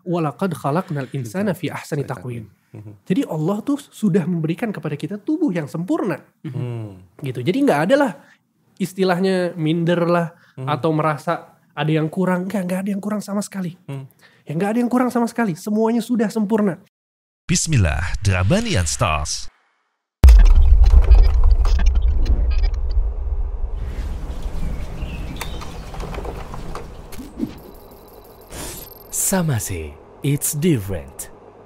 walaqad khalaqnal insana fi ahsani taqwim. Jadi Allah tuh sudah memberikan kepada kita tubuh yang sempurna. Gitu. Jadi nggak ada lah istilahnya minder lah atau merasa ada yang kurang. Nggak ada yang kurang sama sekali. Ya nggak ada yang kurang sama sekali. Semuanya sudah sempurna. Bismillah, Drabanian Stars. Samase, it's different.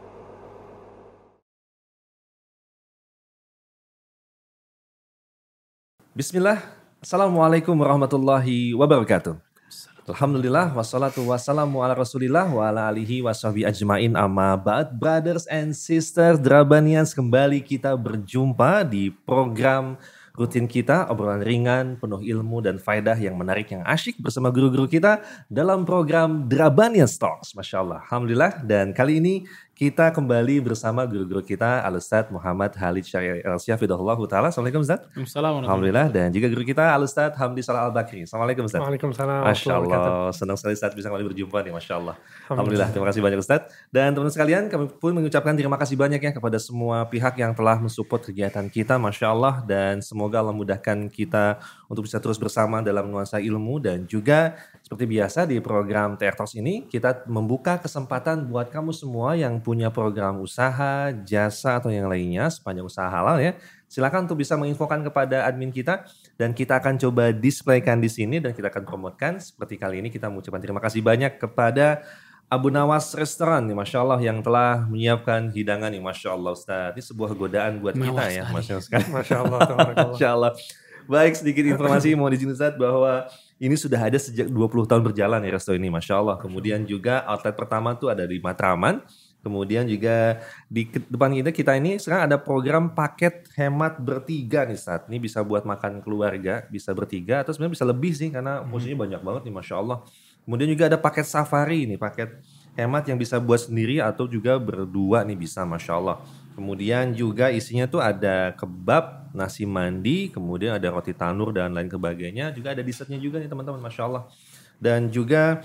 Bismillah, Assalamualaikum warahmatullahi wabarakatuh. Alhamdulillah, wassalatu wassalamu ala rasulillah wa ala alihi wa sahbihi ajmain amma ba'd. Brothers and sisters Drabanians, kembali kita berjumpa di program rutin kita, obrolan ringan, penuh ilmu dan faedah yang menarik, yang asyik bersama guru-guru kita dalam program Drabanian Talks. Masya Allah, Alhamdulillah. Dan kali ini kita kembali bersama guru-guru kita, Al-Ustadz Muhammad Khalid Syari'i Al-Syafidahullah Ta'ala. Assalamualaikum Ustadz. Alhamdulillah. Dan juga guru kita Al-Ustadz Hamdi Salah Al-Bakri. Assalamualaikum Ustadz. Waalaikumsalam. Masya Allah, senang sekali Ustadz bisa kembali berjumpa nih, Masya Allah. Alhamdulillah, terima kasih banyak Ustadz. Dan teman-teman sekalian, kami pun mengucapkan terima kasih banyak ya kepada semua pihak yang telah mensupport kegiatan kita, Masya Allah. Dan semoga Allah mudahkan kita untuk bisa terus bersama dalam nuansa ilmu. Dan juga seperti biasa di program TR Talks ini, kita membuka kesempatan buat kamu semua yang punya program usaha, jasa atau yang lainnya sepanjang usaha halal ya. Silakan untuk bisa menginfokan kepada admin kita dan kita akan coba displaykan di sini dan kita akan promotkan. Seperti kali ini kita mengucapkan terima kasih banyak kepada Abu Nawas Restoran nih, Masya Allah, yang telah menyiapkan hidangan nih, Masya Allah Ustaz. Ini sebuah godaan buat kita ya, Masya Allah. Masya Allah. Masya Allah. Baik, sedikit informasi mau di sini Ustaz bahwa ini sudah ada sejak 20 tahun berjalan ya resto ini, Masya Allah. Kemudian juga outlet pertama tuh ada di Matraman. Kemudian juga di depan kita ini sekarang ada program paket hemat bertiga nih Ustaz. Ini bisa buat makan keluarga, bisa bertiga atau sebenarnya bisa lebih sih karena porsinya banyak banget nih, Masya Allah. Kemudian juga ada paket safari nih, paket hemat yang bisa buat sendiri atau juga berdua nih bisa, Masya Allah. Kemudian juga isinya tuh ada kebab, nasi mandi, kemudian ada roti tanur dan lain sebagainya. Juga ada dessertnya juga nih teman-teman, Masya Allah. Dan juga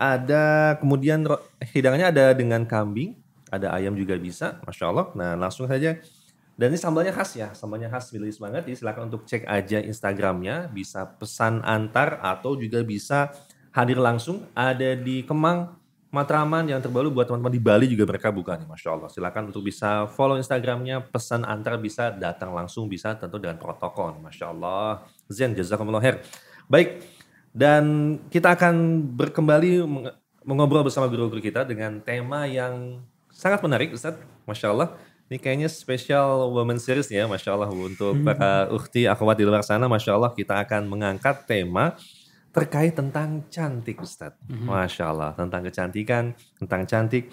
ada kemudian hidangannya ada dengan kambing. Ada ayam juga bisa, Masya Allah. Nah langsung saja. Dan ini sambalnya khas ya, sambalnya khas Middle East banget. Jadi silakan untuk cek aja Instagramnya, bisa pesan antar atau juga bisa hadir langsung. Ada di Kemang, Matraman, yang terbaru buat teman-teman di Bali juga mereka buka nih, Masya Allah. Silakan untuk bisa follow Instagramnya, pesan antar bisa, datang langsung bisa, tentu dengan protokol, Masya Allah. Zen, jazakumullah khair. Baik, dan kita akan kembali mengobrol bersama guru-guru kita dengan tema yang sangat menarik Ustadz, Masya Allah. Ini kayaknya spesial Women Series ya, Masya Allah. Untuk para ukhti, akhwat di luar sana, Masya Allah, kita akan mengangkat tema terkait tentang cantik Ustadz. Masya Allah, tentang kecantikan, tentang cantik.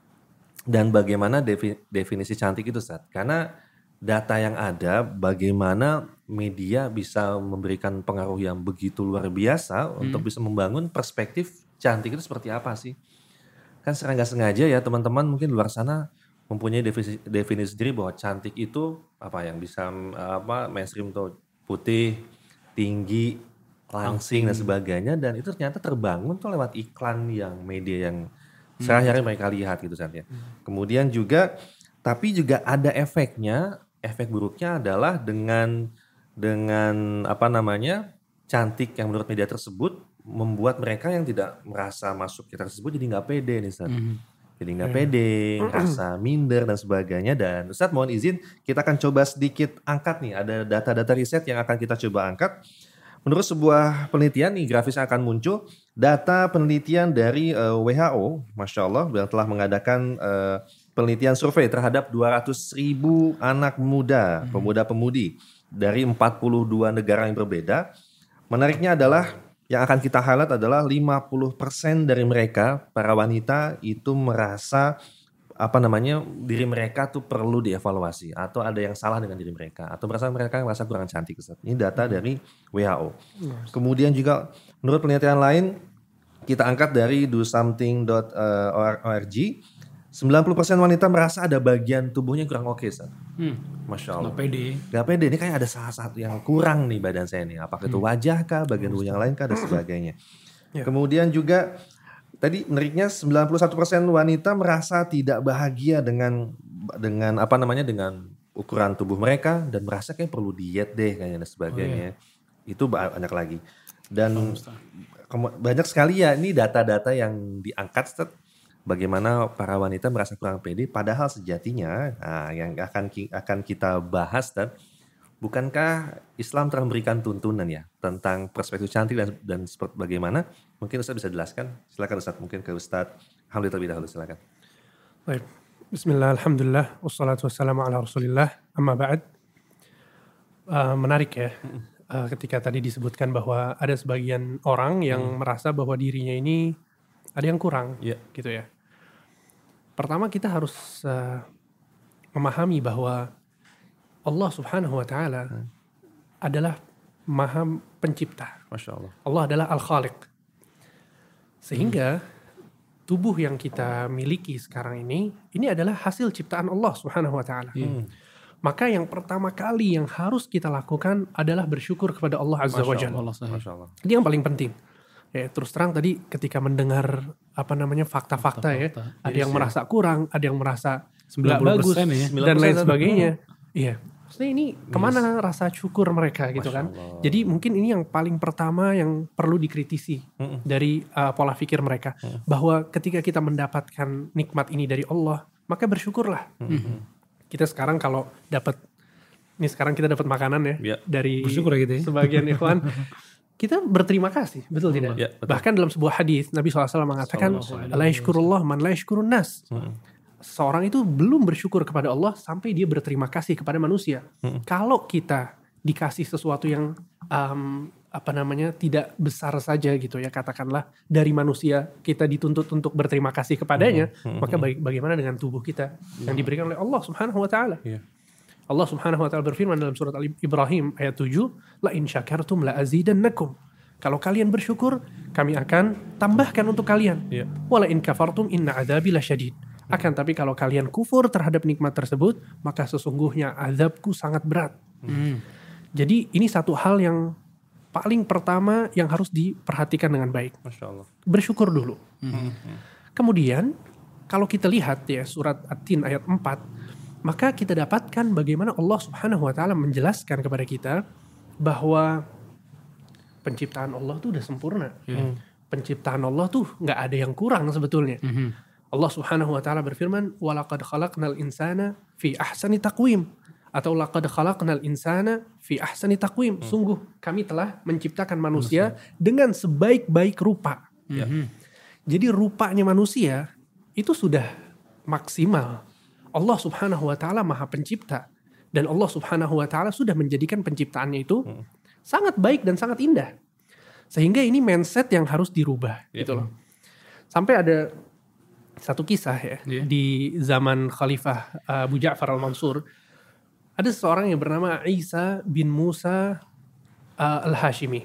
Dan bagaimana definisi cantik itu Ustadz. Karena data yang ada, bagaimana media bisa memberikan pengaruh yang begitu luar biasa untuk bisa membangun perspektif cantik itu seperti apa sih. Kan secara nggak sengaja ya teman-teman mungkin luar sana mempunyai definisi sendiri bahwa cantik itu apa yang bisa mainstream tuh putih, tinggi, langsing dan sebagainya, dan itu ternyata terbangun tuh lewat iklan yang media yang sehari-hari mereka lihat gitu kan ya. Kemudian juga tapi juga ada efeknya, efek buruknya adalah dengan cantik yang menurut media tersebut membuat mereka yang tidak merasa masuk kita tersebut jadi nggak pede nih Ustadz. Jadi nggak pede, ngerasa minder dan sebagainya. Dan Ustadz mohon izin kita akan coba sedikit angkat nih, ada data-data riset yang akan kita coba angkat. Menurut sebuah penelitian nih, grafis akan muncul data penelitian dari WHO, Masya Allah, yang telah mengadakan penelitian survei terhadap 200.000 anak muda, pemuda-pemudi dari 42 negara yang berbeda. Menariknya adalah yang akan kita highlight adalah 50% dari mereka, para wanita itu merasa diri mereka tuh perlu dievaluasi atau ada yang salah dengan diri mereka atau mereka kurang cantik. Ini data dari WHO. Kemudian juga menurut penelitian lain kita angkat dari dosomething.org, 90% wanita merasa ada bagian tubuhnya kurang oke, Ustaz. Masya Allah. Gak pede. Ini kayak ada salah satu yang kurang nih badan saya nih. Apakah itu wajah kah, bagian tubuh yang lain kah, dan sebagainya. Kemudian juga tadi menariknya 91% wanita merasa tidak bahagia dengan dengan ukuran tubuh mereka dan merasa kayak perlu diet deh kayaknya dan sebagainya. Itu banyak lagi. Dan banyak sekali ya ini data-data yang diangkat Ustaz, bagaimana para wanita merasa kurang pede padahal sejatinya yang akan kita bahas dan bukankah Islam telah memberikan tuntunan ya tentang perspektif cantik dan seperti bagaimana? Mungkin Ustaz bisa jelaskan. Silakan Ustaz, mungkin ke Ustaz Hamdi terlebih dahulu, silakan. Baik. Bismillah, alhamdulillah, wassalatu wassalamu ala rasulillah, amma ba'd. Menarik ya, ketika tadi disebutkan bahwa ada sebagian orang yang merasa bahwa dirinya ini ada yang kurang, gitu ya. Pertama kita harus memahami bahwa Allah subhanahu wa ta'ala adalah maha pencipta. Masya Allah. Allah adalah al-khaliq. Sehingga tubuh yang kita miliki sekarang ini adalah hasil ciptaan Allah subhanahu wa ta'ala. Maka yang pertama kali yang harus kita lakukan adalah bersyukur kepada Allah azza wa jalla. Masya Allah. Ini yang paling penting. Ya, terus terang tadi ketika mendengar fakta-fakta ya, ada yang merasa kurang, ada yang merasa nggak bagus dan lain sebagainya. Iya. Maksudnya ini kemana rasa syukur mereka gitu kan. Jadi mungkin ini yang paling pertama yang perlu dikritisi dari pola pikir mereka. Bahwa ketika kita mendapatkan nikmat ini dari Allah, maka bersyukurlah. Kita sekarang kalau sekarang kita dapat makanan ya dari bersyukur gitu ya. Sebagian ikhwan. Kita berterima kasih, betul tidak? Ya, betul. Bahkan dalam sebuah hadis Nabi SAW mengatakan, la yashkurullah man la yashkurun nas. Seorang itu belum bersyukur kepada Allah sampai dia berterima kasih kepada manusia. Kalau kita dikasih sesuatu yang tidak besar saja gitu ya, katakanlah dari manusia kita dituntut untuk berterima kasih kepadanya, maka bagaimana dengan tubuh kita yang diberikan oleh Allah Subhanahu wa taala? Allah Subhanahu wa taala berfirman dalam surat Al-Ibrahim ayat 7, la in syakartum la azidannakum. Kalau kalian bersyukur, kami akan tambahkan untuk kalian. Wala in kafartum inna adzabi lasyadid. Akan tapi kalau kalian kufur terhadap nikmat tersebut, maka sesungguhnya azabku sangat berat. Jadi ini satu hal yang paling pertama yang harus diperhatikan dengan baik. Masya Allah. Bersyukur dulu. Kemudian kalau kita lihat ya surat At-Tin ayat 4, maka kita dapatkan bagaimana Allah Subhanahu wa taala menjelaskan kepada kita bahwa penciptaan Allah tuh udah sempurna. Penciptaan Allah tuh nggak ada yang kurang sebetulnya. Allah Subhanahu wa taala berfirman, "Walaqad khalaqnal insana fi ahsani taqwim." Atau laqad khalaqnal insana fi ahsani taqwim. Sungguh kami telah menciptakan manusia dengan sebaik-baik rupa. Jadi rupanya manusia itu sudah maksimal. Allah Subhanahu wa taala Maha Pencipta dan Allah Subhanahu wa taala sudah menjadikan penciptaannya itu sangat baik dan sangat indah. Sehingga ini mindset yang harus dirubah gitu loh. Sampai ada satu kisah ya di zaman Khalifah Abu Ja'far Al-Mansur, ada seseorang yang bernama Isa bin Musa Al-Hashimi.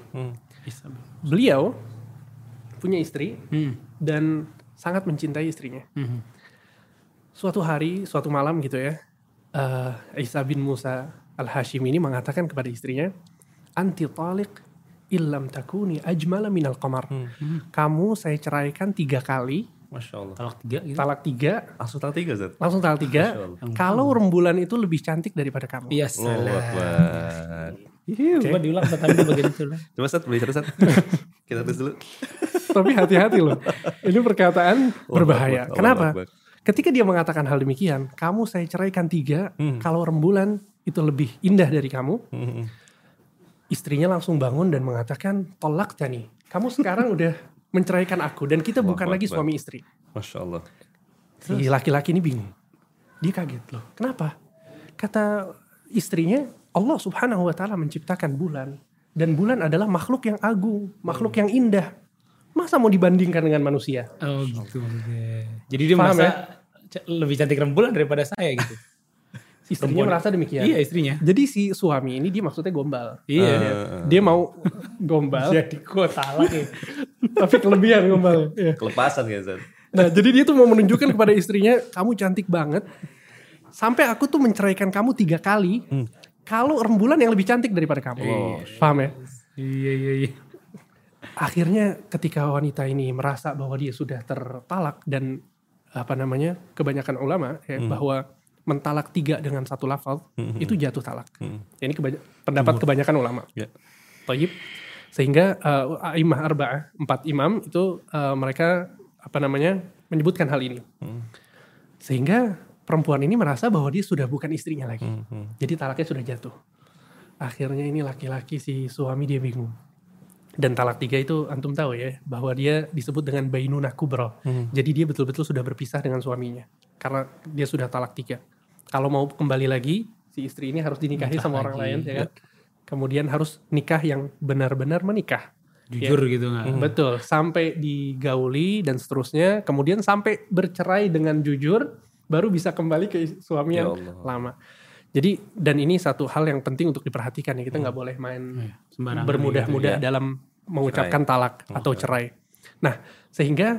Beliau punya istri dan sangat mencintai istrinya. Suatu hari, suatu malam gitu ya, Isa bin Musa Al-Hashimi ini mengatakan kepada istrinya, "Anti taliq illam takuni ajmala minal qamar." Kamu saya ceraikan 3 kali. Masya Allah. Talak 3 gitu. Talak 3. Langsung talak 3 Zat? Langsung talak 3. Kalau rembulan itu lebih cantik daripada kamu. Iya, salah. Coba diulang tadi bagian itu lah. Coba Zat, boleh Zat. Kita tes dulu. Tapi hati-hati loh. Ini perkataan berbahaya. Kenapa? Ketika dia mengatakan hal demikian, kamu saya ceraikan 3, kalau rembulan itu lebih indah dari kamu. Istrinya langsung bangun dan mengatakan, tolak tani. Kamu sekarang udah menceraikan aku dan kita bukan lagi suami istri. Masya Allah. Si laki-laki ini bingung. Dia kaget loh. Kenapa? Kata istrinya, Allah Subhanahu wa taala menciptakan bulan dan bulan adalah makhluk yang agung, makhluk yang indah. Masa mau dibandingkan dengan manusia? Oh gitu. Jadi dia merasa lebih cantik rembulan daripada saya gitu. Istrinya merasa demikian. Iya, istrinya. Jadi si suami ini dia maksudnya gombal. Iya. Dia mau gombal. Jadi gue talak ya. Tapi kelebihan gombal. Kelepasan ya Zat. Nah jadi dia tuh mau menunjukkan kepada istrinya, kamu cantik banget. Sampai aku tuh menceraikan kamu 3 kali. Kalau rembulan yang lebih cantik daripada kamu. Paham ya? Iya. Akhirnya ketika wanita ini merasa bahwa dia sudah tertalak dan kebanyakan ulama ya, bahwa mentalak 3 dengan 1 lafaz itu jatuh talak. Ini pendapat kebanyakan ulama. Tayyib. Sehingga a'immah arba'ah, 4 imam itu mereka menyebutkan hal ini. Sehingga perempuan ini merasa bahwa dia sudah bukan istrinya lagi. Jadi talaknya sudah jatuh. Akhirnya ini laki-laki si suami dia bingung. Dan talak 3 itu antum tahu ya, bahwa dia disebut dengan bainunah kubra. Jadi dia betul-betul sudah berpisah dengan suaminya. Karena dia sudah talak 3. Kalau mau kembali lagi, si istri ini harus dinikahi sama orang lain. Ya kan? Kemudian harus nikah yang benar-benar menikah. Jujur gitu nggak? Betul, sampai digauli dan seterusnya. Kemudian sampai bercerai dengan jujur, baru bisa kembali ke suami yang lama. Jadi, dan ini satu hal yang penting untuk diperhatikan ya. Kita nggak boleh main bermudah-mudah dalam mengucapkan talak atau cerai. Nah, sehingga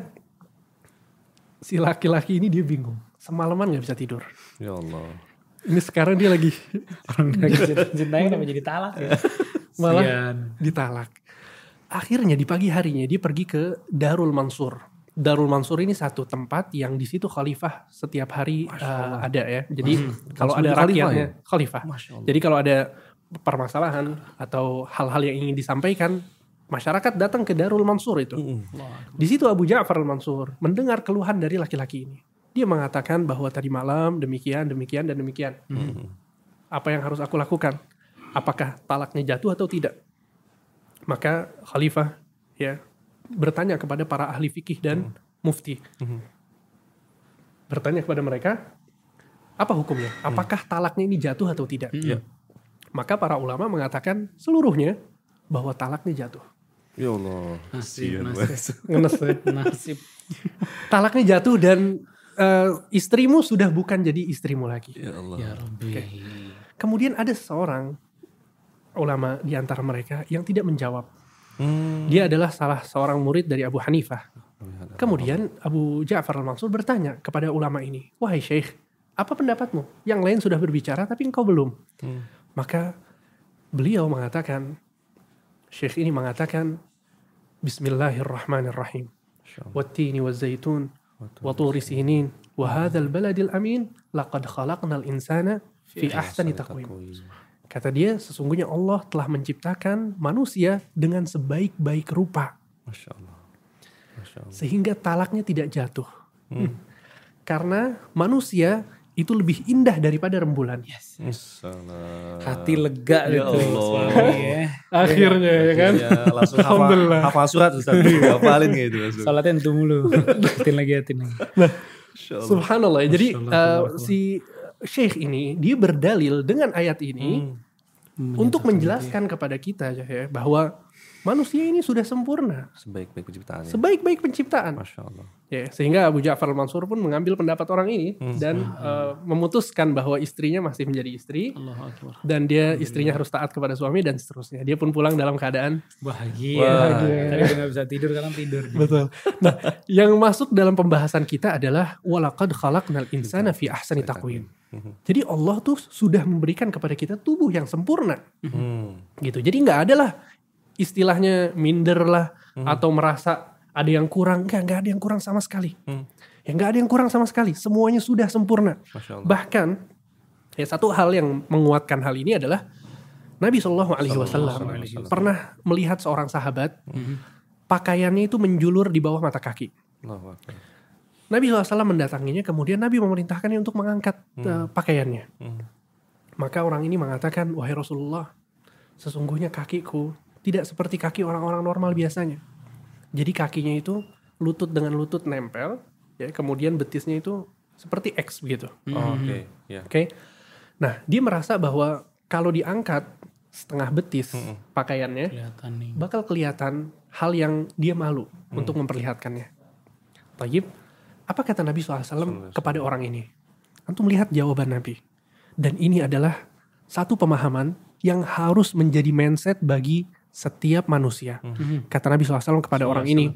si laki-laki ini dia bingung. Semalaman nggak bisa tidur. Ya Allah. Ini sekarang dia lagi Cintanya kenapa jadi talak ya? malah ditalak. Akhirnya di pagi harinya dia pergi ke Darul Mansur. Darul Mansur ini satu tempat yang di situ khalifah setiap hari ada ya. Jadi kalau ada rakyatnya khalifah. Jadi kalau ada permasalahan atau hal-hal yang ingin disampaikan, masyarakat datang ke Darul Mansur itu. Di situ Abu Ja'far al-Mansur mendengar keluhan dari laki-laki ini. Dia mengatakan bahwa tadi malam demikian, demikian, dan demikian. Apa yang harus aku lakukan? Apakah talaknya jatuh atau tidak? Maka khalifah ya bertanya kepada para ahli fikih dan mufti. Bertanya kepada mereka, apa hukumnya? Apakah talaknya ini jatuh atau tidak? Maka para ulama mengatakan seluruhnya bahwa talaknya jatuh. Ya Allah. Nasib. Talaknya jatuh dan istrimu sudah bukan jadi istrimu lagi. Ya Allah. Ya Rabbi. Kemudian ada seorang ulama di antara mereka yang tidak menjawab. Dia adalah salah seorang murid dari Abu Hanifah. Kemudian Abu Ja'far al-Mansur bertanya kepada ulama ini, wahai syekh, apa pendapatmu? Yang lain sudah berbicara tapi engkau belum. Maka beliau mengatakan, syekh ini mengatakan, Bismillahirrahmanirrahim. Wattini wazzaitun wa turi sinin wa hadzal baladil amin laqad khalaqnal insana fi ahsani taqwim. Kata dia, sesungguhnya Allah telah menciptakan manusia dengan sebaik-baik rupa. Masya Allah. Masya Allah. Sehingga talaknya tidak jatuh. Karena manusia itu lebih indah daripada rembulan. Hati lega Ya gitu. Allah. Ya. Akhirnya ya kan. Ya, langsung hafal surat Ustaz. Hafalin gitu langsung. Salatnya entum mulu. Hatin lagi. Subhanallah. Jadi si Syekh ini dia berdalil dengan ayat ini untuk menjelaskan kepada kita ya bahwa manusia ini sudah sempurna. Sebaik-baik penciptaan. Sebaik-baik penciptaan. Masya Allah. Ya, sehingga Abu Ja'far al-Mansur pun mengambil pendapat orang ini dan memutuskan bahwa istrinya masih menjadi istri dan dia istrinya harus taat kepada suami dan seterusnya. Dia pun pulang dalam keadaan bahagia. Tadi udah gak bisa tidur, sekarang tidur. Betul. Nah, yang masuk dalam pembahasan kita adalah walaqad khalaqnal insana fi ahsani taqwim. Jadi Allah tuh sudah memberikan kepada kita tubuh yang sempurna. Gitu. Jadi nggak ada lah istilahnya minder lah atau merasa ada yang kurang. Nggak ada yang kurang sama sekali. Ya nggak ada yang kurang sama sekali. Semuanya sudah sempurna. Bahkan ya satu hal yang menguatkan hal ini adalah Nabi SAW pernah melihat seorang sahabat pakaiannya itu menjulur di bawah mata kaki. Nabi SAW mendatanginya, kemudian Nabi memerintahkannya untuk mengangkat pakaiannya. Maka orang ini mengatakan, wahai Rasulullah, sesungguhnya kakiku tidak seperti kaki orang-orang normal biasanya. Jadi kakinya itu lutut dengan lutut nempel, ya, kemudian betisnya itu seperti X begitu. Oke. Nah, dia merasa bahwa kalau diangkat setengah betis pakaiannya, bakal kelihatan hal yang dia malu untuk memperlihatkannya. Tayyib. Apa kata Nabi SAW kepada orang ini? Antum lihat jawaban Nabi. Dan ini adalah satu pemahaman yang harus menjadi mindset bagi setiap manusia. Kata Nabi SAW kepada orang ini,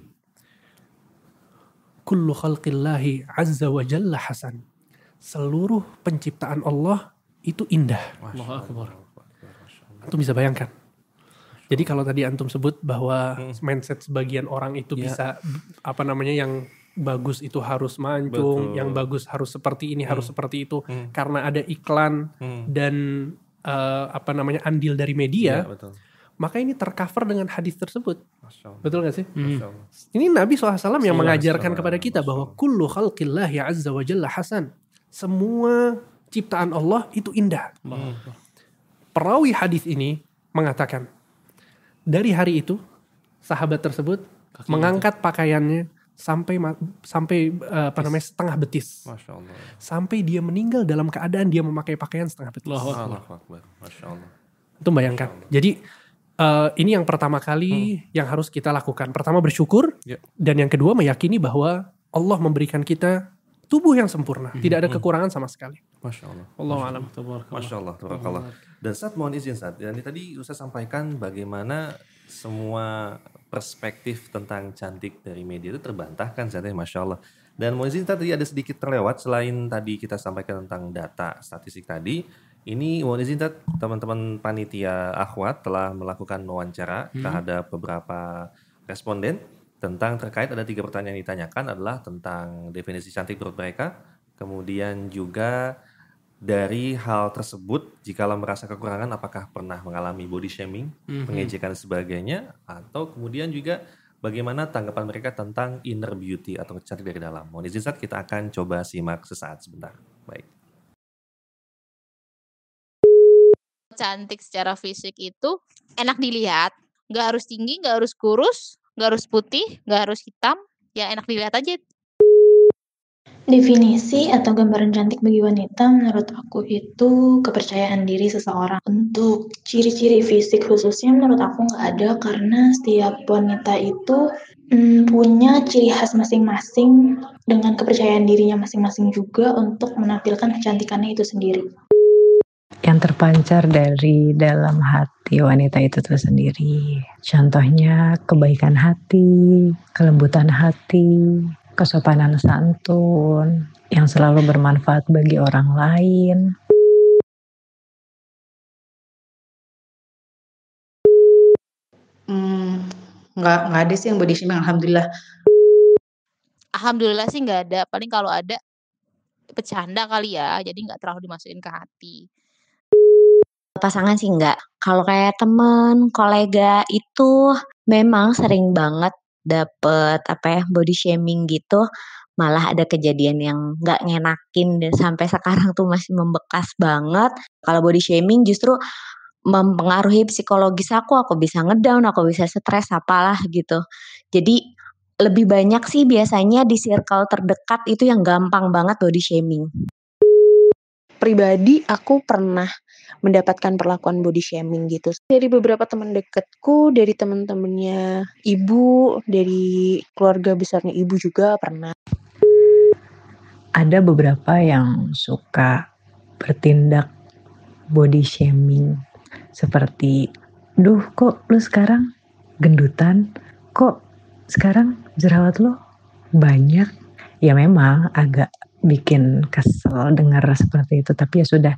kullu khalqillahi azza wa jalla hasan. Seluruh penciptaan Allah itu indah. Antum bisa bayangkan. Jadi kalau tadi antum sebut bahwa mindset sebagian orang itu bisa yang bagus itu harus mancung, yang bagus harus seperti ini, harus seperti itu, karena ada iklan dan andil dari media. Betul. Maka ini tercover dengan hadis tersebut. Betul gak sih? Masya Allah. Ini Nabi SAW yang mengajarkan kepada kita bahwa kullu khalqillahi azza wa jalla hasan. Semua ciptaan Allah itu indah. Perawi hadis ini mengatakan, dari hari itu sahabat tersebut mengangkat pakaiannya sampai setengah betis. Masya Allah. Sampai dia meninggal dalam keadaan dia memakai pakaian setengah betis. Allahu Akbar. Masya Allah. Itu bayangkan. Jadi ini yang pertama kali yang harus kita lakukan. Pertama bersyukur, dan yang kedua meyakini bahwa Allah memberikan kita tubuh yang sempurna, tidak ada kekurangan sama sekali. Masya Allah. Wallahu a'lam. Masya Allah. Tabarakallah. Dan Ustaz mohon izin Ustaz. Dan tadi Ustaz sampaikan bagaimana semua perspektif tentang cantik dari media itu terbantahkan Ustaz ya, Masya Allah. Dan mohon izin tadi ada sedikit terlewat selain tadi kita sampaikan tentang data statistik tadi. Ini mohon izin teman-teman panitia akhwat telah melakukan wawancara terhadap beberapa responden tentang terkait ada 3 pertanyaan yang ditanyakan adalah tentang definisi cantik menurut mereka, kemudian juga dari hal tersebut jikalau merasa kekurangan apakah pernah mengalami body shaming, pengejekan dan sebagainya, atau kemudian juga bagaimana tanggapan mereka tentang inner beauty atau cantik dari dalam. Mohon izin Ustaz, kita akan coba simak sesaat sebentar. Baik. Cantik secara fisik itu enak dilihat, nggak harus tinggi, nggak harus kurus, nggak harus putih, nggak harus hitam, ya enak dilihat aja. Definisi atau gambaran cantik bagi wanita menurut aku itu kepercayaan diri seseorang. Untuk ciri-ciri fisik khususnya menurut aku nggak ada karena setiap wanita itu punya ciri khas masing-masing dengan kepercayaan dirinya masing-masing juga untuk menampilkan kecantikannya itu sendiri. Yang terpancar dari dalam hati wanita itu tersendiri. Contohnya kebaikan hati, kelembutan hati, kesopanan santun, yang selalu bermanfaat bagi orang lain. Nggak ada sih yang body shaming, alhamdulillah. Alhamdulillah sih nggak ada, paling kalau ada bercanda kali ya, jadi nggak terlalu dimasukin ke hati. Pasangan sih enggak. Kalau kayak temen, kolega itu memang sering banget dapet body shaming gitu. Malah ada kejadian yang nggak ngenakin dan sampai sekarang tuh masih membekas banget. Kalau body shaming justru mempengaruhi psikologis aku bisa ngedown, aku bisa stres apalah gitu. Jadi lebih banyak sih biasanya di circle terdekat itu yang gampang banget body shaming. Pribadi aku pernah mendapatkan perlakuan body shaming gitu. Dari beberapa teman dekatku, dari teman-temannya ibu, dari keluarga besarnya ibu juga pernah. Ada beberapa yang suka bertindak body shaming. Seperti, duh kok lu sekarang gendutan? Kok sekarang jerawat lu banyak? Ya memang agak bikin kesel dengar seperti itu, tapi ya sudah.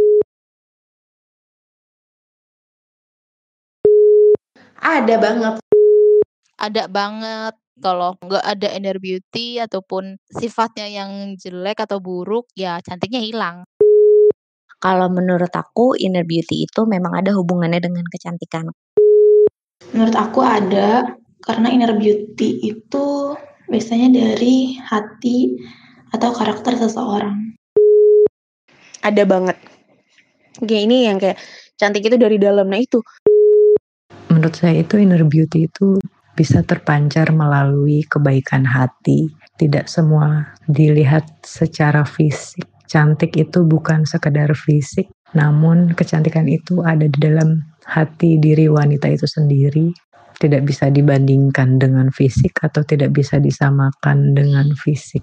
Ada banget. Kalau nggak ada inner beauty ataupun sifatnya yang jelek atau buruk, ya cantiknya hilang. Kalau menurut aku inner beauty itu memang ada hubungannya dengan kecantikan. Menurut aku ada, karena inner beauty itu biasanya dari hati atau karakter seseorang. Ada banget. Kayak ini yang kayak cantik itu dari dalam. Nah itu. Menurut saya itu inner beauty itu bisa terpancar melalui kebaikan hati. Tidak semua dilihat secara fisik. Cantik itu bukan sekedar fisik, namun kecantikan itu ada di dalam hati diri wanita itu sendiri. Tidak bisa dibandingkan dengan fisik atau tidak bisa disamakan dengan fisik.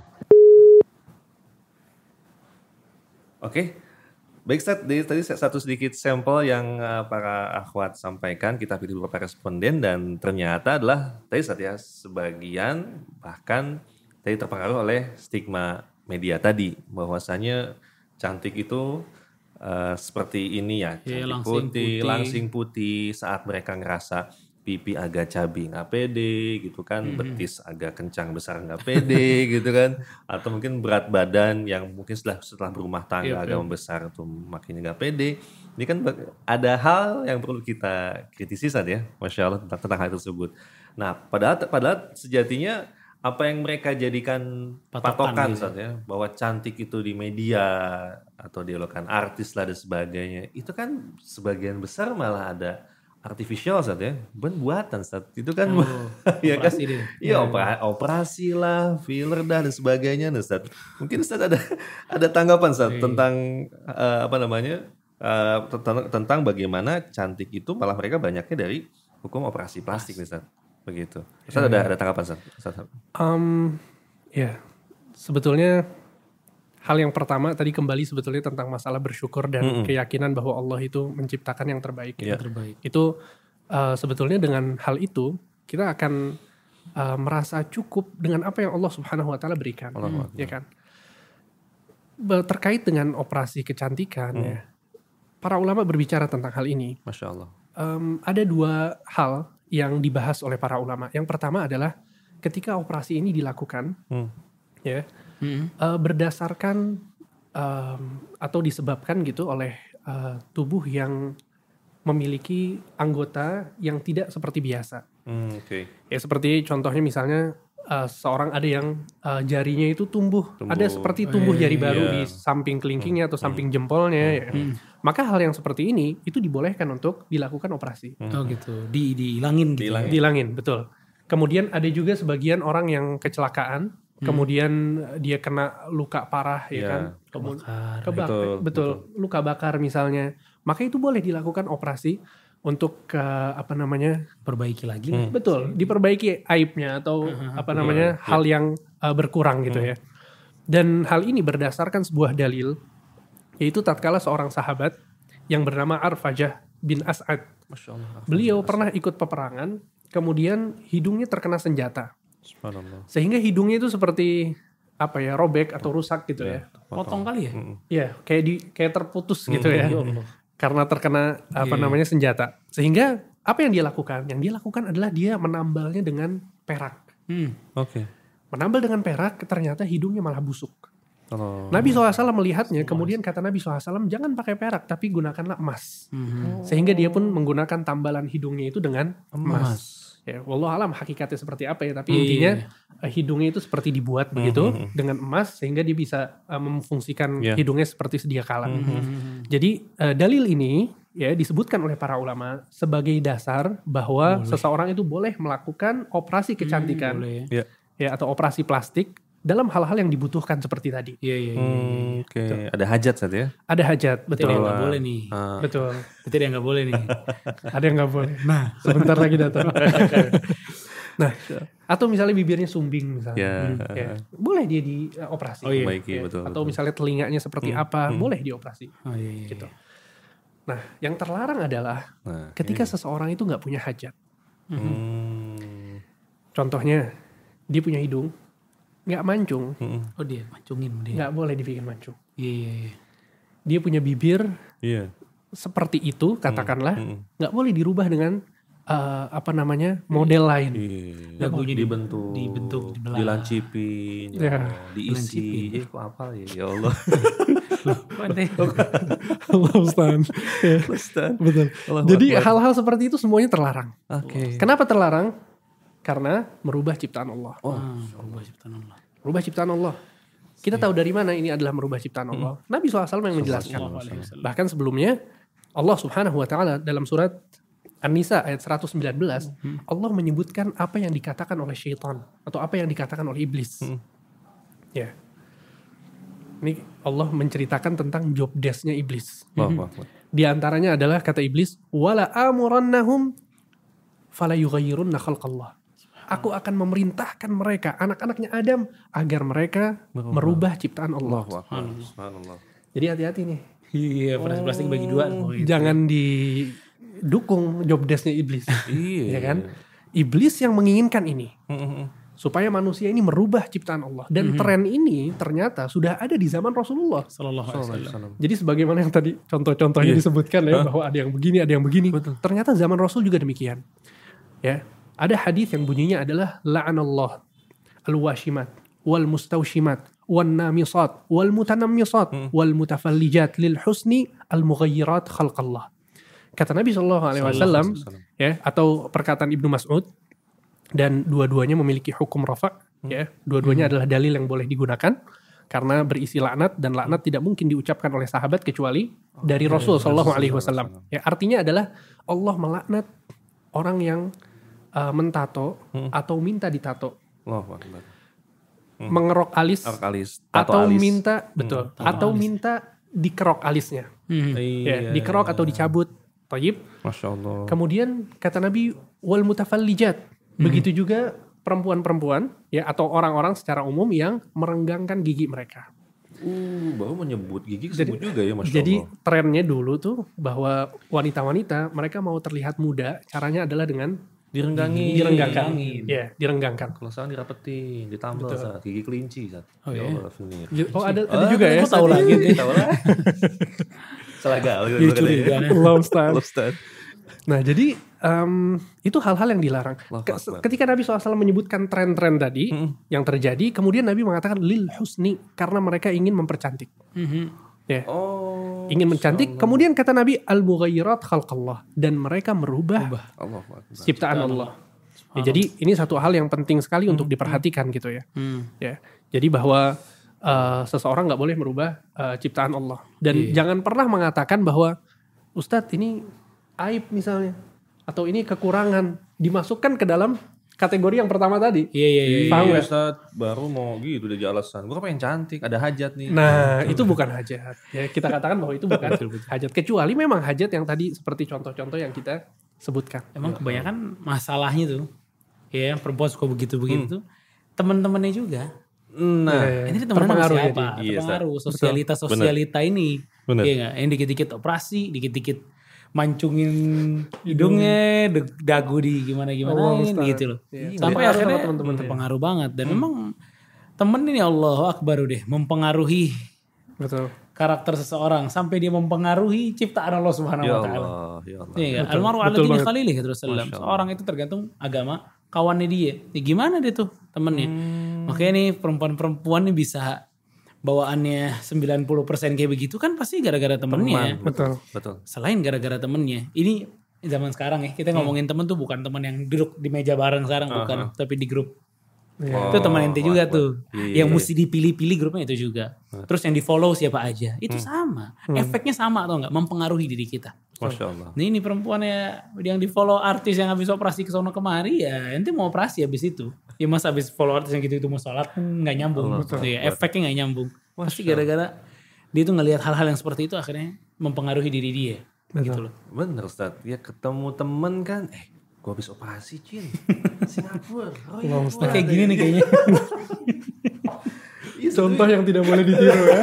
Oke. Baik Ustaz, tadi satu sedikit sampel yang para akhwat sampaikan, kita pilih beberapa responden dan ternyata adalah tadi Ustaz ya, sebagian bahkan tadi terpengaruh oleh stigma media tadi, bahwasanya cantik itu seperti ini ya, cantik langsing putih, putih. langsing putih, saat mereka ngerasa pipi agak cabi nggak pede gitu kan, betis agak kencang besar nggak pede gitu kan, atau mungkin berat badan yang mungkin setelah berumah tangga agak membesar tuh makin nggak pede. Ini kan ada hal yang perlu kita kritisi saat ya, Masya Allah tentang hal tersebut. Nah, padahal sejatinya apa yang mereka jadikan patokan gitu. saat ya, bahwa cantik itu di media atau dialogkan artis lah dan sebagainya, itu kan sebagian besar malah ada artificial saat ya, buatan saat itu kan, ya kan, Operasi dia. iya operasi lah, filler dah dan sebagainya. Nah, Ustaz, mungkin Ustaz ada tanggapan Ustaz tentang tentang bagaimana cantik itu malah mereka banyaknya dari hukum operasi plastik Ustaz, begitu. Ustaz ada tanggapan Ustaz? Ya, sebetulnya hal yang pertama tadi kembali sebetulnya tentang masalah bersyukur dan keyakinan bahwa Allah itu menciptakan yang terbaik. Iya. Terbaik. Itu sebetulnya dengan hal itu kita akan merasa cukup dengan apa yang Allah Subhanahu Wa Taala berikan, ya kan? Terkait dengan operasi kecantikan, ya, para ulama berbicara tentang hal ini. Masya Allah. Ada dua hal yang dibahas oleh para ulama. Yang pertama adalah ketika operasi ini dilakukan, ya. Berdasarkan atau disebabkan gitu oleh tubuh yang memiliki anggota yang tidak seperti biasa. Ya seperti contohnya misalnya seorang ada yang jarinya itu tumbuh. Ada seperti tumbuh jari baru di samping kelingkingnya atau samping jempolnya. Ya. Maka hal yang seperti ini itu dibolehkan untuk dilakukan operasi. Oh gitu, dihilangin gitu. Dihilangin, betul. Kemudian ada juga sebagian orang yang kecelakaan. Kemudian dia kena luka parah, ya kan? Kebakar, betul. Luka bakar misalnya. Maka itu boleh dilakukan operasi untuk perbaiki lagi. Betul, diperbaiki aibnya atau hal yang berkurang gitu ya. Dan hal ini berdasarkan sebuah dalil, yaitu tatkala seorang sahabat yang bernama Arfajah bin As'ad. Beliau pernah ikut peperangan, kemudian hidungnya terkena senjata. Sehingga hidungnya itu seperti robek atau rusak gitu ya. Potong kali ya? Iya, kayak terputus gitu ya. Karena terkena senjata. Sehingga apa yang dia lakukan? Yang dia lakukan adalah dia menambalnya dengan perak. Menambal dengan perak, ternyata hidungnya malah busuk. Nabi SAW melihatnya, kemudian kata Nabi SAW, jangan pakai perak, tapi gunakanlah emas. Sehingga dia pun menggunakan tambalan hidungnya itu dengan emas. Ya, wallahu alam hakikatnya seperti apa ya, tapi intinya hidungnya itu seperti dibuat begitu dengan emas sehingga dia bisa memfungsikan hidungnya seperti sedia kala. Jadi dalil ini ya disebutkan oleh para ulama sebagai dasar bahwa seseorang itu boleh melakukan operasi kecantikan ya atau operasi plastik dalam hal-hal yang dibutuhkan seperti tadi. Oke. Ada hajat saja ya? Ada hajat, betul. Tidak nggak boleh nih. Betul. Tidak yang nggak boleh nih. Ada yang nggak boleh. Nah, sebentar lagi datang. Nah, atau misalnya bibirnya sumbing misalnya, boleh dia dioperasi. Betul. Atau misalnya telinganya seperti apa, boleh dioperasi. Gitu. Nah, yang terlarang adalah ketika seseorang itu nggak punya hajat. Contohnya, dia punya hidung. Nggak mancung. Oh dia mancungin dia. Nggak boleh dibikin mancung. Iya. Dia punya bibir seperti itu katakanlah. Nggak boleh dirubah dengan model lain. Lagunya dibentuk, dilancipin, diisi. Kok apa ya Allah. Allah Ustaz. Betul. Jadi hal-hal seperti itu semuanya terlarang. Kenapa terlarang? Karena merubah ciptaan Allah. Merubah ciptaan Allah. Kita tahu dari mana ini adalah merubah ciptaan Allah. Nabi SAW yang menjelaskan. Bahkan sebelumnya Allah Subhanahu Wa Taala dalam surat An-Nisa ayat 119 Allah menyebutkan apa yang dikatakan oleh syaitan atau apa yang dikatakan oleh iblis. Ya. Ini Allah menceritakan tentang job desk-nya iblis. Di antaranya adalah kata iblis, wala amurannahum fala yughayyirunna khalqallah. Aku akan memerintahkan mereka, anak-anaknya Adam, agar mereka merubah ciptaan Allah. Jadi hati-hati nih. Iya, plastik bagi dua. Jangan didukung job desk-nya iblis. Ya kan? Iblis yang menginginkan ini. supaya manusia ini merubah ciptaan Allah. Dan tren ini ternyata sudah ada di zaman Rasulullah Sallallahu alaihi wasallam. Jadi sebagaimana yang tadi contoh-contohnya disebutkan ya, bahwa ada yang begini, ada yang begini. Ternyata zaman Rasul juga demikian. Ya, ada hadis yang bunyinya adalah la'anallah al-washimat wal mustawshimat wan namisat wal mutanammisat wal mutafallijat lil husni al mughayyirat khalqallah. Kata Nabi sallallahu alaihi wasallam ya, atau perkataan Ibnu Mas'ud, dan dua-duanya memiliki hukum rafa, ya. Dua-duanya adalah dalil yang boleh digunakan karena berisi laknat, dan laknat tidak mungkin diucapkan oleh sahabat kecuali dari Rasul sallallahu alaihi wasallam. Ya, artinya adalah Allah melaknat orang yang mentato atau minta ditato. Mengerok alis, atau alis. minta atau minta dikerok alisnya. Ya, dikerok atau dicabut. Tayyib. Masya Allah. Kemudian kata Nabi wal mutafallijat. Begitu juga perempuan-perempuan ya, atau orang-orang secara umum yang merenggangkan gigi mereka. Baru menyebut gigi disebut juga ya, Masya Allah. Jadi trennya dulu tuh bahwa wanita-wanita mereka mau terlihat muda, caranya adalah dengan direnggangkan. Ya, direnggangkan. Kalau sekarang dirapetin, ditambal saat gigi kelinci saat. Oh iya. Oh ada juga ya. Aku tahu lagi. Salah gaul. Ustaz. Nah jadi itu hal-hal yang dilarang. Ketika Nabi SAW menyebutkan tren-tren tadi yang terjadi, kemudian Nabi mengatakan lil husni, karena mereka ingin mempercantik. Ya. Ingin mencantik. Kemudian kata Nabi al-mughayyirat khalqallah, dan mereka merubah ciptaan Allah. Ya, jadi ini satu hal yang penting sekali untuk diperhatikan gitu ya. Ya. Jadi bahwa seseorang nggak boleh merubah ciptaan Allah, dan jangan pernah mengatakan bahwa Ustadz ini aib misalnya, atau ini kekurangan, dimasukkan ke dalam kategori yang pertama tadi. Iya. Paham nggak? Ustadz baru mau gitu udah alasan. Gue pengen cantik, ada hajat nih. Nah itu bukan hajat. Ya, kita katakan bahwa itu bukan hajat, kecuali memang hajat yang tadi seperti contoh-contoh yang kita sebutkan. Emang kebanyakan masalahnya tuh, ya perempuan suka begitu-begitu tuh, teman-temannya juga. Nah, ini teman terpengaruh siapa? jadi. Terpengaruh sosialita ini. Iya nggak? Yang dikit-dikit operasi, dikit-dikit mancungin hidungnya, dagu di gimana-gimana gitu loh. Sampai akhirnya terpengaruh banget. Dan memang temen ini Allahu Akbar deh, mempengaruhi karakter seseorang sampai dia mempengaruhi ciptaan Allah Subhanahu wa taala. Ya Allah. Iya, almaru ala dini khalilih Rasulullah. Seorang itu tergantung agama kawannya dia. Ya, gimana dia tuh temennya? Makanya nih perempuan-perempuan nih bisa bawaannya 90% kayak begitu kan pasti gara-gara temennya. Betul. Selain gara-gara temennya. Ini zaman sekarang ya, kita ngomongin temen tuh bukan temen yang duduk di meja bareng sekarang, bukan, tapi di grup. Itu teman ente juga tuh. Yang mesti dipilih-pilih grupnya itu juga. Terus yang di follow siapa aja. Itu sama. Efeknya sama atau enggak? Mempengaruhi diri kita. Masya Allah. Nah ini perempuan yang di follow artis yang habis operasi ke sono kemari, ya ente mau operasi habis itu. Ya mas habis follow artis yang gitu itu mau sholat nggak nyambung. Ya, efeknya nggak nyambung. Pasti gara-gara dia tuh ngelihat hal-hal yang seperti itu akhirnya mempengaruhi diri dia. Gitu loh. Bener Ustadz. Ya ketemu temen kan, gue habis operasi Cin. Singapura. Kayak gini nih kayaknya. Contoh yang tidak boleh ditiru ya.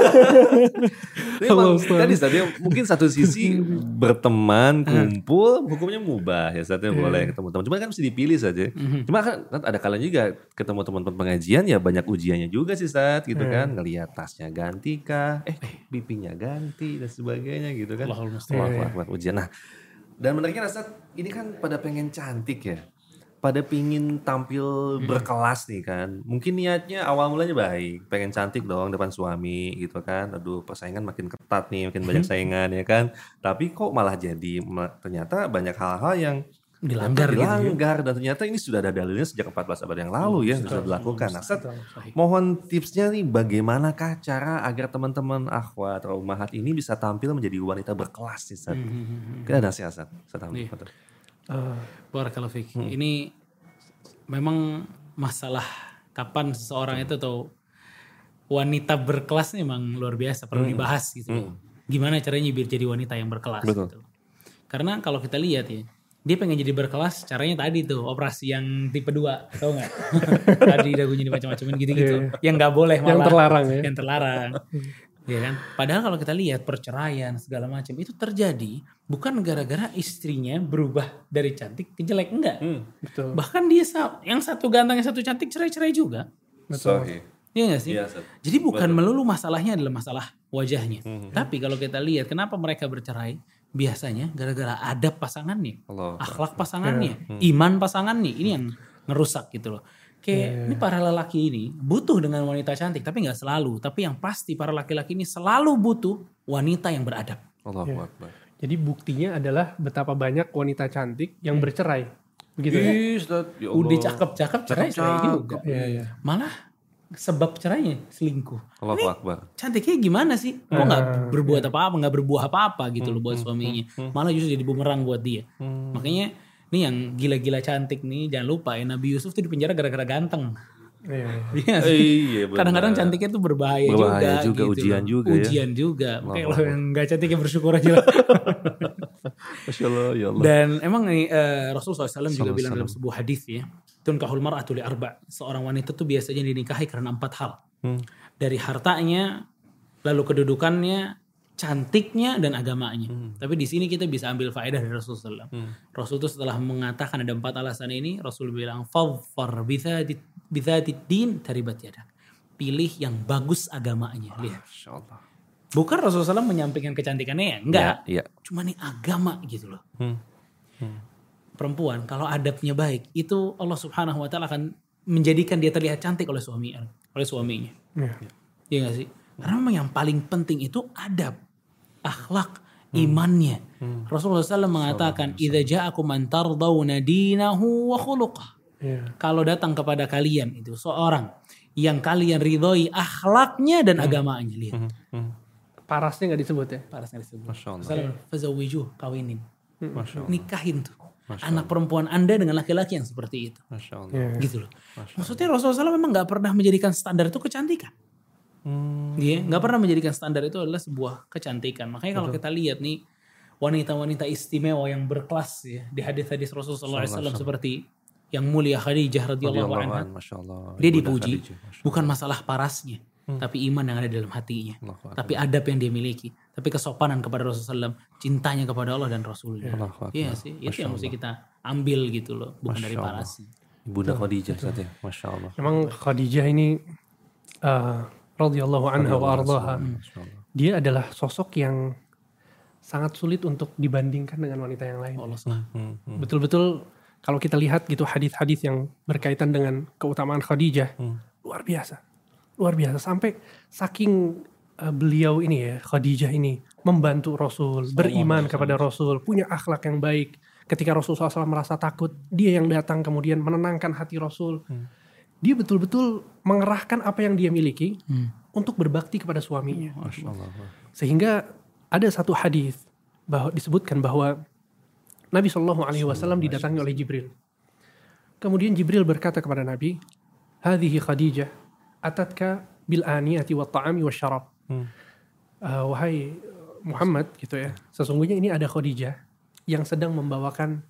Tadi mungkin satu sisi berteman, kumpul, hukumnya mubah ya, saatnya boleh ketemu teman. Cuma kan mesti dipilih saja. Cuma kan ada kalanya juga ketemu teman-teman pengajian ya banyak ujiannya juga sih saat gitu kan. Ngelihat tasnya ganti kah, pipinya ganti dan sebagainya gitu kan. Wah, ujian. Nah, dan menariknya saat ini kan pada pengen cantik ya. Pada pingin tampil berkelas nih kan. Mungkin niatnya awal mulanya baik. Pengen cantik dong depan suami gitu kan. Aduh persaingan makin ketat nih. Makin banyak saingan ya kan. Tapi kok malah jadi ternyata banyak hal-hal yang dilanggar. Dan ternyata ini sudah ada dalilnya sejak 14 abad yang lalu ya. Sudah dilakukan. Nah, mohon tipsnya nih bagaimanakah cara agar teman-teman akhwat atau ummahat ini bisa tampil menjadi wanita berkelas nih Ustaz. Kita ada nasihat Ustaz. Barakallahu fiik. Ini memang masalah kapan seseorang itu atau wanita berkelas ini memang luar biasa, perlu dibahas gitu. Gimana caranya biar jadi wanita yang berkelas gitu. Karena kalau kita lihat ya, dia pengen jadi berkelas, caranya tadi tuh operasi yang tipe 2, tau gak? Tadi dagunya dimacam-macamin gitu-gitu. Yang gak boleh malah. Yang terlarang ya. Yang terlarang. Ya kan? Padahal kalau kita lihat perceraian segala macam itu terjadi bukan gara-gara istrinya berubah dari cantik ke jelek, enggak. Betul. Bahkan dia yang satu ganteng yang satu cantik cerai-cerai juga. Betul. Iya gak sih? Iya, Jadi bukan melulu masalahnya adalah masalah wajahnya. Tapi kalau kita lihat kenapa mereka bercerai, biasanya gara-gara adab pasangannya, akhlak pasangannya, iman pasangannya, ini yang ngerusak gitu loh. Kayak ini para lelaki ini butuh dengan wanita cantik, tapi nggak selalu. Tapi yang pasti para laki-laki ini selalu butuh wanita yang beradab. Allahu Akbar. Jadi buktinya adalah betapa banyak wanita cantik yang bercerai. Begitu ya? Udah cakep-cakep cerai juga. Iya. Malah sebab cerainya selingkuh. Allahu Akbar. Cantiknya gimana sih? Kok nggak berbuat apa-apa, nggak berbuah apa-apa gitu loh buat suaminya. Malah justru jadi bumerang buat dia. Makanya nih yang gila-gila cantik nih, jangan lupa ya Nabi Yusuf tuh dipenjara gara-gara ganteng. Iya. Kadang-kadang cantiknya tuh berbahaya juga gitu. Ujian juga ya. Ujian juga. Makanya kalau yang gak cantik ya bersyukur aja lah. Masya Allah, ya Allah. Dan emang nih Rasulullah SAW juga bilang dalam sebuah hadis ya, tunkahul mar'atu li arba'. Seorang wanita tuh biasanya dinikahi karena 4 hal. Dari hartanya, lalu kedudukannya, cantiknya, dan agamanya. Tapi di sini kita bisa ambil faedah dari Rasulullah SAW. Rasul itu setelah mengatakan ada 4 alasan ini, Rasul bilang fadfar bidzatid din taribat yadak. Pilih yang bagus agamanya. Lihat. Bukan Rasulullah SAW menyampaikan kecantikannya ya, enggak. Ya. Cuma nih agama gitu loh. Perempuan kalau adabnya baik, itu Allah Subhanahu wa taala akan menjadikan dia terlihat cantik oleh suaminya. Iya enggak sih? Karena memang yang paling penting itu adab, akhlak, imannya. Rasulullah SAW mengatakan, "Idza ja'akum man tardawna dinahu wa khuluqah." Kalau datang kepada kalian itu seorang yang kalian ridhoi akhlaknya dan agamanya, lihat. Parasnya nggak disebut ya? Parasnya disebut. Masya Allah. Fazawijuh, kawinin. Nikahin tuh anak perempuan Anda dengan laki-laki yang seperti itu. Masya Allah. Gitu loh. Maksudnya Rasulullah SAW memang nggak pernah menjadikan standar itu kecantikan. Iya, nggak pernah menjadikan standar itu adalah sebuah kecantikan. Makanya kalau kita lihat nih wanita-wanita istimewa yang berkelas ya di hadis-hadis Rasulullah SAW seperti yang mulia Khadijah radhiyallahu anha. Dia dipuji bukan masalah parasnya, tapi iman yang ada dalam hatinya, tapi adab yang dia miliki, tapi kesopanan kepada Rasulullah SAW, cintanya kepada Allah dan Rasulnya. Iya sih, itu yang mesti kita ambil gitu loh, bukan dari parasnya. Ibunda Khadijah saja, Masya Allah. Memang Khadijah ini radhiyallahu anha wa ardhaha. Dia adalah sosok yang sangat sulit untuk dibandingkan dengan wanita yang lain. Betul-betul kalau kita lihat gitu hadis-hadis yang berkaitan dengan keutamaan Khadijah, luar biasa. Luar biasa sampai saking beliau ini ya, Khadijah ini membantu Rasul, beriman kepada Rasul, punya akhlak yang baik. Ketika Rasulullah SAW merasa takut, dia yang datang kemudian menenangkan hati Rasul. Dia betul-betul mengerahkan apa yang dia miliki untuk berbakti kepada suaminya. Sehingga ada satu hadis bahwa disebutkan bahwa Nabi SAW didatangi oleh Jibril. Kemudian Jibril berkata kepada Nabi, "Hadhihi Khadijah atatka bil aniyati wa ta'ami wa syarab." Wahai Muhammad gitu ya, sesungguhnya ini ada Khadijah yang sedang membawakan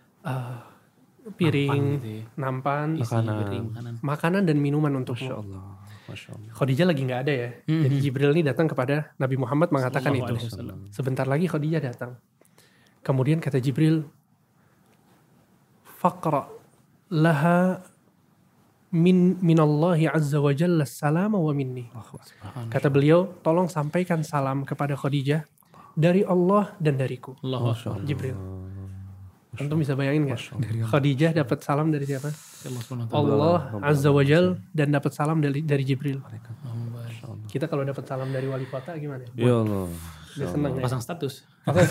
piring, nampan, makanan dan minuman untukmu. Masya Allah. Khadijah lagi nggak ada ya. Jadi Jibril ini datang kepada Nabi Muhammad mengatakan itu. Sebentar lagi Khadijah datang. Kemudian kata Jibril, "Faqra laha minallahi azza wa jalla salama wa minni." Kata beliau, tolong sampaikan salam kepada Khadijah dari Allah dan dariku. Jibril. Antum bisa bayangin gak? Khadijah dapat salam dari siapa? Allah azza wa jalla dan dapat salam dari Jibril. Kita kalau dapat salam dari wali kota gimana? Ya Allah. Dia senang ya? Pasang status.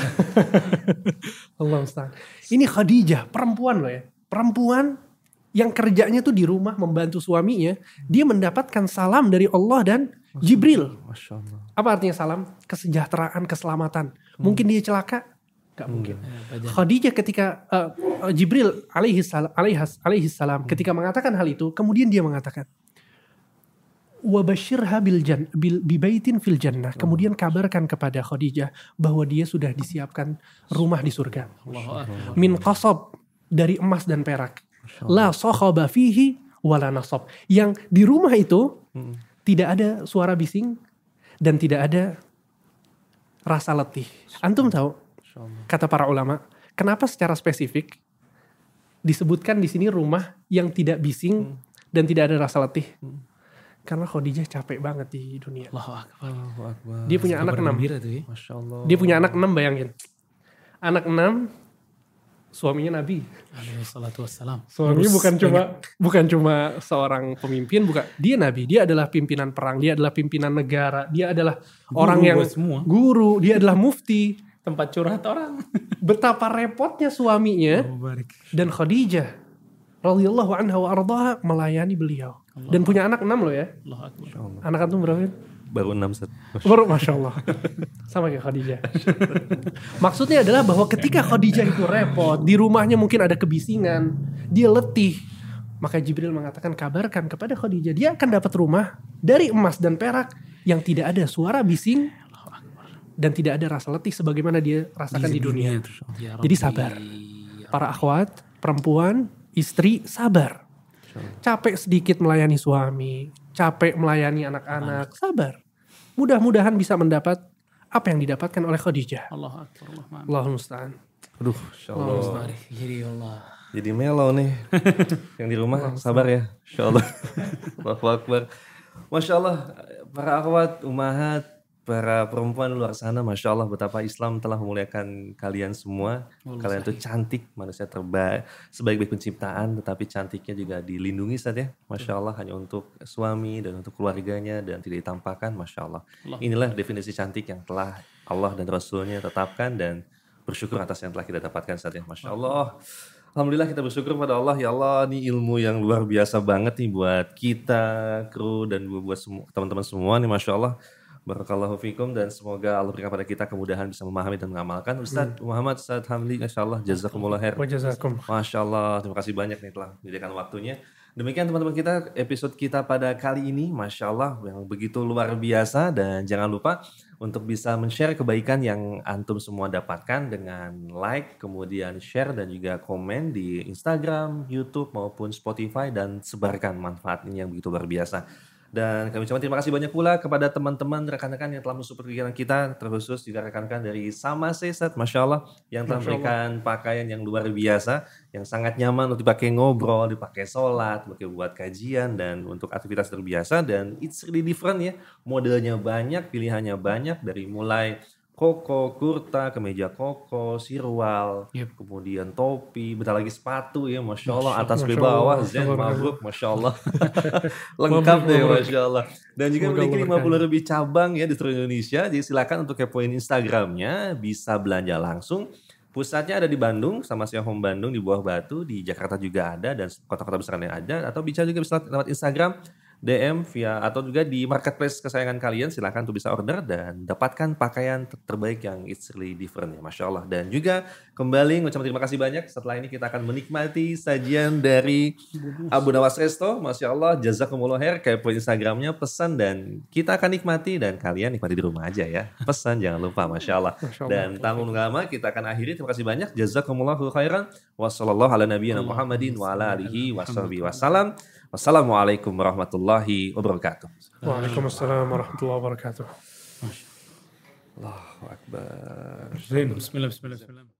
Allah Ustaz. Ini Khadijah, perempuan loh ya. Perempuan yang kerjanya tuh di rumah membantu suaminya. Dia mendapatkan salam dari Allah dan Jibril. Apa artinya salam? Kesejahteraan, keselamatan. Mungkin dia celaka? Gak mungkin. Khadijah ketika Jibril alaihi salam ketika mengatakan hal itu, kemudian dia mengatakan, "Wabashirha bibaitin fil jannah." Kemudian kabarkan kepada Khadijah bahwa dia sudah disiapkan rumah di surga. Min qasab, dari emas dan perak. La sokhaba fihi wala nasab. Yang di rumah itu tidak ada suara bising dan tidak ada rasa letih. Antum tahu, kata para ulama, kenapa secara spesifik disebutkan di sini rumah yang tidak bising dan tidak ada rasa letih? Karena Khadijah capek banget di dunia. Allahu Akbar. Dia punya anak 6. Ya. Masya Allah. Dia punya anak 6, bayangin. Anak 6, suaminya Nabi. Alaihissalatu wassalam. Suaminya bukan cuma seorang pemimpin, bukan. Dia Nabi, dia adalah pimpinan perang, dia adalah pimpinan negara, dia adalah orang yang guru, dia adalah mufti. Tempat curhat orang. Betapa repotnya suaminya dan Khadijah radhiyallahu anha wa ardhaha melayani beliau. Dan punya anak 6 loh ya. Anak antum berapa? Baru 6 set. Baru, Masya Allah. Sama kayak Khadijah. Maksudnya adalah bahwa ketika Khadijah itu repot, di rumahnya mungkin ada kebisingan, dia letih, maka Jibril mengatakan, kabarkan kepada Khadijah, dia akan dapat rumah dari emas dan perak yang tidak ada suara bising dan tidak ada rasa letih sebagaimana dia rasakan di dunia. Jadi sabar. Para akhwat, perempuan, istri, sabar. Capek sedikit melayani suami, capek melayani anak-anak, sabar. Mudah-mudahan bisa mendapat apa yang didapatkan oleh Khadijah. Allahumma musta'an. Aduh, insyaallah. Jadi melo nih. Yang di rumah sabar ya, insyaallah. Allahu Akbar. Masya Allah, para akhwat, umahat, para perempuan luar sana, Masya Allah betapa Islam telah memuliakan kalian semua. Kalian itu cantik, manusia terbaik, sebaik-baik penciptaan, tetapi cantiknya juga dilindungi Ustaz ya. Masya Allah, hanya untuk suami dan untuk keluarganya dan tidak ditampakkan, Masya Allah. Inilah definisi cantik yang telah Allah dan Rasulnya tetapkan dan bersyukur atas yang telah kita dapatkan Ustaz ya. Masya Allah. Alhamdulillah kita bersyukur pada Allah. Ya Allah, ini ilmu yang luar biasa banget nih buat kita, kru, dan buat teman-teman semua nih, Masya Allah. Barakallahu fikum dan semoga Allah berikan pada kita kemudahan bisa memahami dan mengamalkan. Ustaz Muhammad, Ustaz Hamdi, insyaallah jazakumullah khair. Masya Allah, terima kasih banyak nih telah menyediakan waktunya. Demikian teman-teman kita, episode kita pada kali ini, Masya Allah yang begitu luar biasa. Dan jangan lupa untuk bisa men-share kebaikan yang antum semua dapatkan dengan like, kemudian share dan juga komen di Instagram, YouTube maupun Spotify, dan sebarkan manfaat ini yang begitu luar biasa. Dan kami ucapkan terima kasih banyak pula kepada teman-teman, rekan-rekan yang telah mensupport kegiatan kita, terkhusus juga rekan-rekan dari Sama Sesat, Masya Allah, yang telah memberikan pakaian yang luar biasa, yang sangat nyaman untuk dipakai ngobrol, dipakai sholat, dipakai buat kajian, dan untuk aktivitas terbiasa. Dan it's really different ya, modelnya banyak, pilihannya banyak, dari mulai koko, kurta, kemeja koko, sirwal, kemudian topi, bentar lagi sepatu ya, Masya Allah, atas ke bawah, zen, mabruk, Masya Allah. Lengkap deh, Masya Allah. Dan juga memiliki 50 lebih cabang ya di seluruh Indonesia, jadi silakan untuk kepoin Instagramnya, bisa belanja langsung. Pusatnya ada di Bandung, sama Siang Home Bandung di Buah Batu, di Jakarta juga ada, dan kota-kota besar yang ada, atau bisa juga bisa lewat Instagram, DM via atau juga di marketplace kesayangan kalian, silakan untuk bisa order dan dapatkan pakaian terbaik yang it's really different ya, Masya Allah. Dan juga kembali mengucapkan terima kasih banyak. Setelah ini kita akan menikmati sajian dari Abu Nawas Resto, Masya Allah, jazakumullah khair. Kepoin Instagramnya, pesan, dan kita akan nikmati dan kalian nikmati di rumah aja ya. Pesan jangan lupa, Masya Allah. Dan tamu lama kita akan akhiri. Terima kasih banyak. Jazakumullahu khairan. Wassallallahu ala nabiyyina Muhammadin wa ala alihi washabihi wasallam. Wassalamualaikum warahmatullahi wabarakatuh. Waalaikumsalam warahmatullahi wabarakatuh. Allahu Akbar. Bismillah.